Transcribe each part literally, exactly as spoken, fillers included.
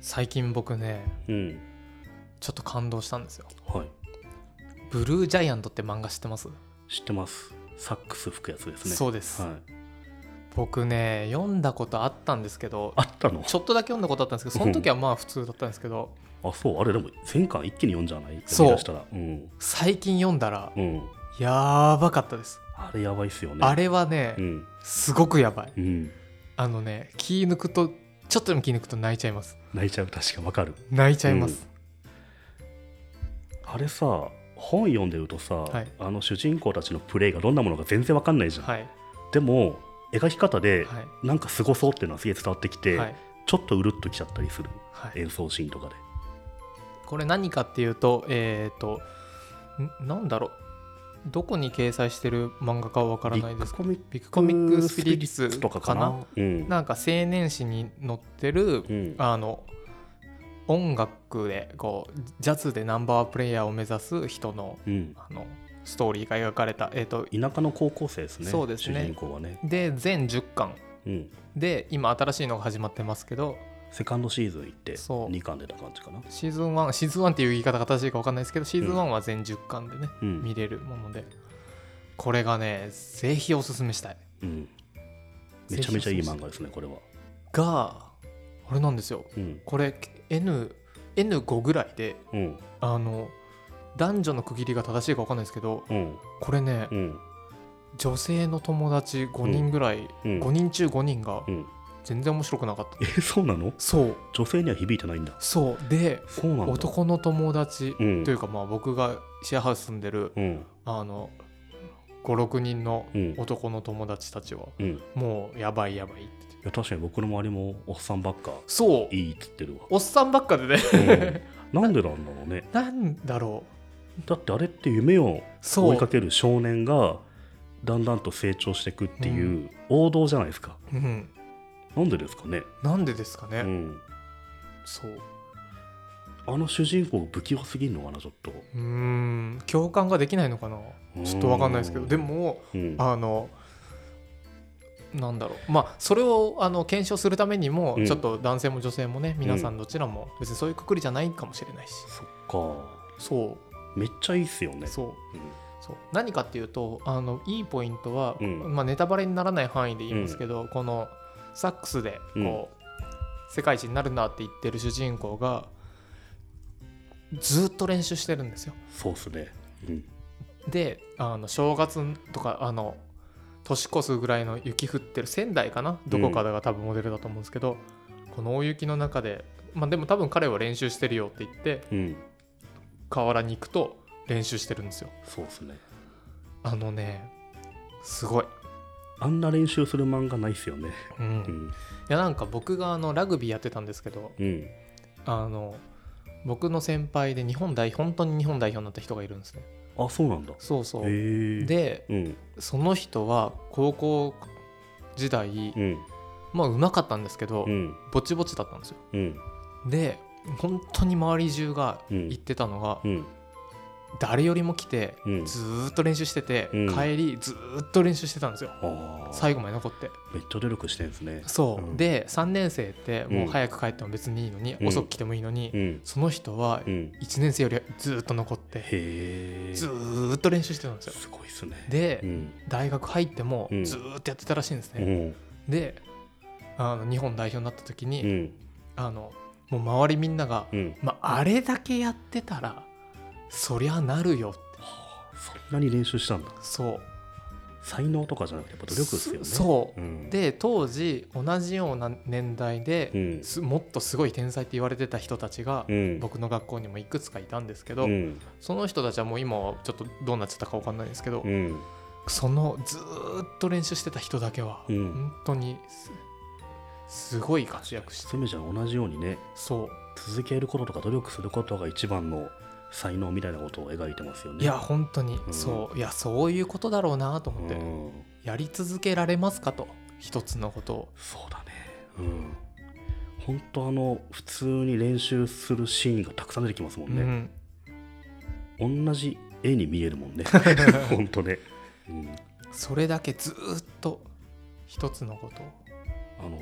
最近僕ね、 うん、 ちょっと感動したんですよ。 はい。 ブルージャイアントって漫画知ってます？ 知ってます。サックス吹くやつですね。 そうです、 はい、 僕ね読んだことあったんですけど、 あったの？ ちょっとだけ読んだことあったんですけど、その時はまあ普通だったんですけど、 あ、そう。あれでも全巻一気に読んじゃない？ そう読み出したら、うん、 最近読んだら、 うん、 やばかったです。 あれやばいっすよね。 あれはね、 うん、 すごくやばい、 うん、 あのね気抜くとちょっとでも気抜くと泣いちゃいます。 泣いちゃう。確かわかる。 泣いちゃいます、 うん、あれさ、本読んでるとさ、 はい、 あの主人公たちのプレイがどんなものか全然わかんないじゃん、 はい、 でも描き方ではい、 なんかすごそうっていうのはすげえ伝わってきて、 はい、 ちょっとうるっときちゃったりする、 はい、 演奏シーンとかで。 これ何かっていうと、えっとんなんだろう、どこに掲載してる漫画かはわからないですけど、ビッグコミックスピリッツとかかな、 かな、うん、 なんか青年誌に載ってる、 うん、 あの音楽でこうジャズでナンバープレイヤーを目指す人の、 うん、 あのストーリーが描かれた、えーと田舎の高校生ですね。 そうですね、 主人公はね。 で全じゅっかん、 うん、 で今新しいのが始まってますけど、 セカンドシーズン行ってそうにかん出た感じかな。 シーズンワンシーズンワンっていう言い方が正しいか分かんないですけど、シーズンワンは全じゅっかんでね、 うん、 見れるもので、これがねぜひおすすめしたい、 うん、めちゃめちゃいい漫画ですねこれは。 があれなんですよ、 うん、 これ Nエヌご ぐらいで、 うん、 あの男女の区切りが正しいか分かんないですけど、 うん、 これね、 うん、 女性の友達ごにんぐらい、 うん、 ごにん中ごにんがうん、 全然面白くなかった。 え、そうなの？ そう女性には響いてないんだ。 そうで、 そうなんだ。 男の友達とうん、 いうか、まあ僕がシェアハウス住んでる、 うん、 あのごろくにんのうん、 男の友達たちは、 うん、いもうやばいやばいって言って、 や確かに僕の周りもおっさんばっかそういいっつってるわ。 おっさんばっかでね、 うん、なんでなんだろうね。 なんだろう、 だってあれって夢をそう追いかける少年がだんだんと成長していくっていう王道じゃないですか、 うん、 なんでですかね。 なんでですかね、 うん、 そうあの主人公不器用すぎるのかなちょっと。 うーん共感ができないのかな、ちょっと分かんないですけど、でも、 うん、 あのなんだろう、まあそれをあの検証するためにも、 うん、 ちょっと男性も女性もね、皆さんどちらも別にそういうくくりじゃないかもしれないし、 そっか、 そうめっちゃいいっすよね。 そううん、 そう何かっていうと、あのいいポイントは、 うんまあ、ネタバレにならない範囲で言いますけど、うん、このサックスでこう、うん、世界一になるんだって言ってる主人公がずっと練習してるんですよ。 そうっすね、うん、であの正月とかあの年越すぐらいの雪降ってる仙台かな、どこかが多分モデルだと思うんですけど、うん、この大雪の中で、まあ、でも多分彼は練習してるよって言って、うん、河原に行くと練習してるんですよ。 そうですね、 あのねすごい、 あんな練習する漫画ないっすよね、 うんうん、いやなんか僕があのラグビーやってたんですけど、うん、あの僕の先輩で日本代本当に日本代表になった人がいるんですね。 あ、そうなんだ。 そうそう。で、うん、その人は高校時代、うん、まあうまかったんですけど、うん、ぼちぼちだったんですよ、うん、で本当に周り中が言ってたのが、うん、誰よりも来て、うん、ずっと練習してて、うん、帰りずっと練習してたんですよ、最後まで残って。 めっちゃ努力してるんですね。 そう、うん、でさんねん生ってもう早く帰っても別にいいのに、うん、遅く来てもいいのに、うん、その人はいちねん生よりずっと残って、うん、ずっと練習してたんですよ。 すごいですね。 で、うん、大学入ってもずっとやってたらしいんですね、うん、であの日本代表になった時に、うん、あのもう周りみんなが、うんまあ、あれだけやってたらそりゃなるよって、 はあ、そんなに練習したんだ。 そう、 才能とかじゃなくてやっぱ努力ですよね。 そう、うん、で当時同じような年代で、うん、もっとすごい天才って言われてた人たちが、うん、僕の学校にもいくつかいたんですけど、うん、その人たちはもう今はちょっとどうなっちゃったか分かんないんですけど、うん、そのずっと練習してた人だけは、うん、本当に す, すごい活躍して、 すめちゃん同じようにね、そう続けることとか努力することが一番の才能みたいなことを描いてますよね。 いや本当に、うん、そういやそういうことだろうなと思って、うん、やり続けられますかと、一つのことを。 そうだね、うん、本当あの普通に練習するシーンがたくさん出てきますもんね、うん、同じ絵に見えるもんね本当ね、うん、 それだけずっと一つのことを、 あの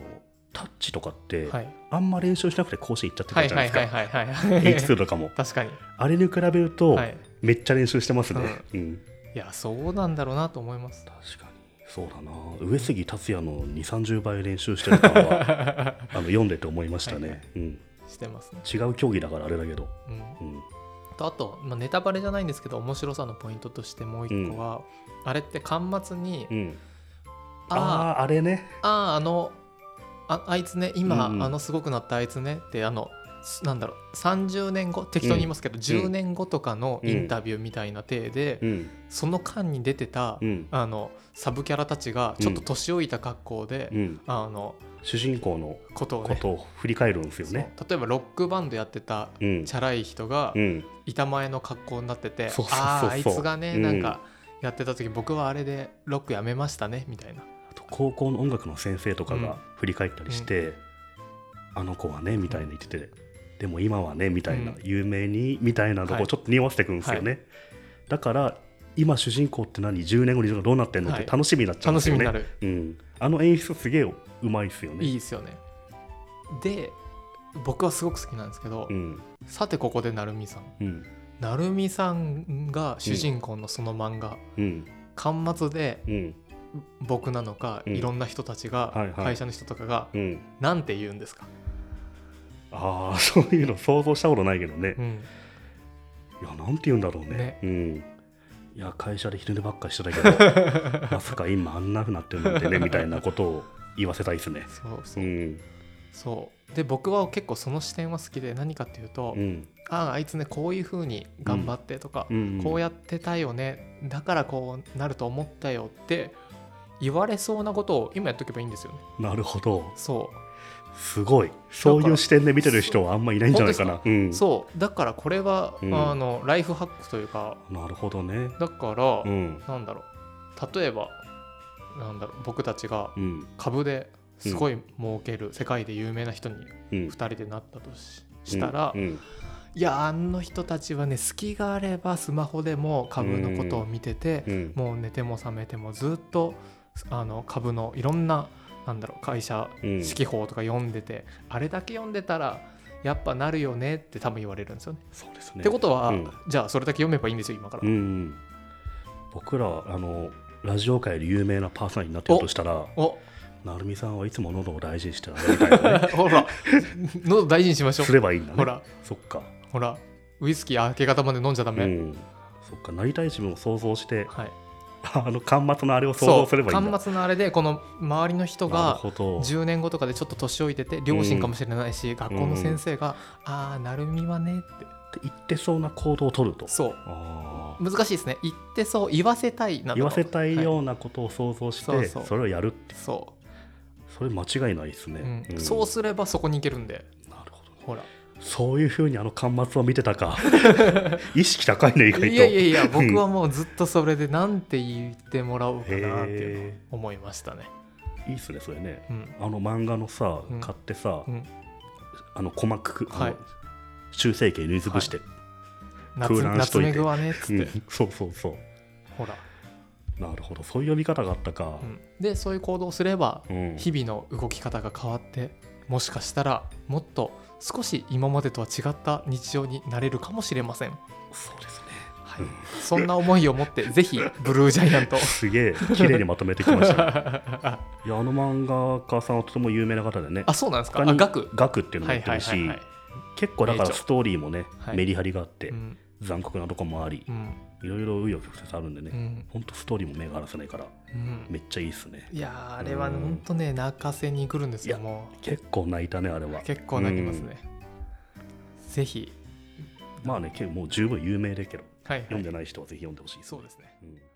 タッチとかって、 はい、 あんま練習しなくて甲子園行っちゃってたじゃないですか、 はいはいはいはい、はい、 エイチツー とかも確かにあれに比べると、はい、めっちゃ練習してますね、 うんうん、 いやそうなんだろうなと思います。 確かにそうだな、上杉達也の にじゅう、さんじゅう 倍練習してる感はあの読んでて思いましたね、はいはい、うん、 してますね。 違う競技だからあれだけど、 うんうん、とあと、まあ、ネタバレじゃないんですけど面白さのポイントとしてもう一個は、うん、あれって巻末に、うん、 あああれねあああの あ, あいつね今、うん、あのすごくなったあいつねってあのなんだろうさんじゅうねんご適当に言いますけど、うん、じゅうねんごとかのインタビューみたいな体で、うん、その間に出てた、うん、あのサブキャラたちがちょっと年老いた格好で、うん、あの主人公のことを、ね、ことを振り返るんですよね。 例えばロックバンドやってたチャラい人が板前の格好になってて、うん、あああいつがね、うん、なんかやってた時僕はあれでロックやめましたねみたいな。 あと高校の音楽の先生とかが振り返ったりして、うん、あの子はねみたいな言ってて、うん、でも今はねみたいな、うん、有名にみたいなとこちょっと匂わせてくるんですよね、はい、だから今主人公って何じゅうねんごにどうなってんのって楽しみになっちゃうんですよね、はい、楽しみになる、うん、あの演出すげえうまいですよね。 いいですよね。で僕はすごく好きなんですけど、うん、さてここで成美さん、うん、成美さんが主人公のその漫画、うん、巻末で、うん、僕なのか、うん、いろんな人たちが、はいはい、会社の人とかが、うん、なんて言うんですか。 ああそういうの想像したことないけどね、うん、いやなんて言うんだろうね、ね、うん、いや会社で昼寝ばっかりしてたけどまさか今あんな風になってるなんてねみたいなことを言わせたいですね。 そうそう、うん、そうで僕は結構その視点は好きで、何かっていうと、うん、あああいつねこういう風に頑張ってとか、うんうん、こうやってたよねだからこうなると思ったよって言われそうなことを今やっとけばいいんですよね。 なるほど。 そうすごいそういう視点で見てる人はあんまいないんじゃないかな。 うん、そうだからこれは、うん、あのライフハックというか。 なるほどね。 だから、うん、なんだろう例えばなんだろう僕たちが株ですごい儲ける、うん、世界で有名な人にふたりでなったと し,、うん、したら、うんうん、いやあの人たちはね隙があればスマホでも株のことを見てて、うん、もう寝ても覚めてもずっとあの株のいろんななんだろう会社指揮法とか読んでて、うん、あれだけ読んでたらやっぱなるよねって多分言われるんですよね。 そうですね。 ってことは、うん、じゃあそれだけ読めばいいんですよ今から、うん、 僕らあのラジオ界で有名なパーソナリティになってるとしたら、お成美さんはいつも喉を大事にしてあげたいよねほら喉大事にしましょう。 すればいいんだね。 ほらそっか。 ほらウイスキー明け方まで飲んじゃダメ、うん、 そっかなりたい自分を想像して、はい、あの巻末のあれを想像すればいいんだ。 巻末のあれでこの周りの人がじゅうねんごとかでちょっと年老いてて両親かもしれないし、うん、学校の先生が、うん、ああ成美はねって言ってそうな行動を取ると。 そうあ難しいですね。言ってそう言わせたいな言わせたいようなことを想像して、はい、そうそうそれをやるって。 そうそれ間違いないですね、 うんうん、そうすればそこに行けるんで。 なるほど、ね、 ほらそういう風にあの巻末を見てたか意識高いね意外と。 いやいやいや僕はもうずっとそれでなんて言ってもらおうかなっていうのを思いましたね。 いいっすねそれね、うん、あの漫画のさ、うん、買ってさ、うん、あの鼓膜、はい、修正形塗りつぶして、 はい、空欄しといて夏目具はねっつって、うん、 そうそうそうほらなるほどそういう呼び方があったか、 うん、でそういう行動をすれば、うん、日々の動き方が変わってもしかしたらもっと少し今までとは違った日常になれるかもしれません。 そうですね、 はい、そんな思いを持ってぜひブルージャイアントすげえ綺麗にまとめてきました、ね、いやあの漫画家さんはとても有名な方でね。 あそうなんですか。あガクガクっていうのもやってるし、はいはいはいはい、結構だからストーリーもね、はい、メリハリがあって、うん、残酷なとこもあり、うん、いろいろ紆余曲折あるんでね、うん、ほんとストーリーも目が離せないから、うん、めっちゃいいっすね。 いやあれはほんとね泣かせに来るんですよ。もう結構泣いたねあれは。 結構泣きますね、うん、ぜひまあねもう十分有名だけど、はいはい、読んでない人はぜひ読んでほしいですね。 そうですね、うん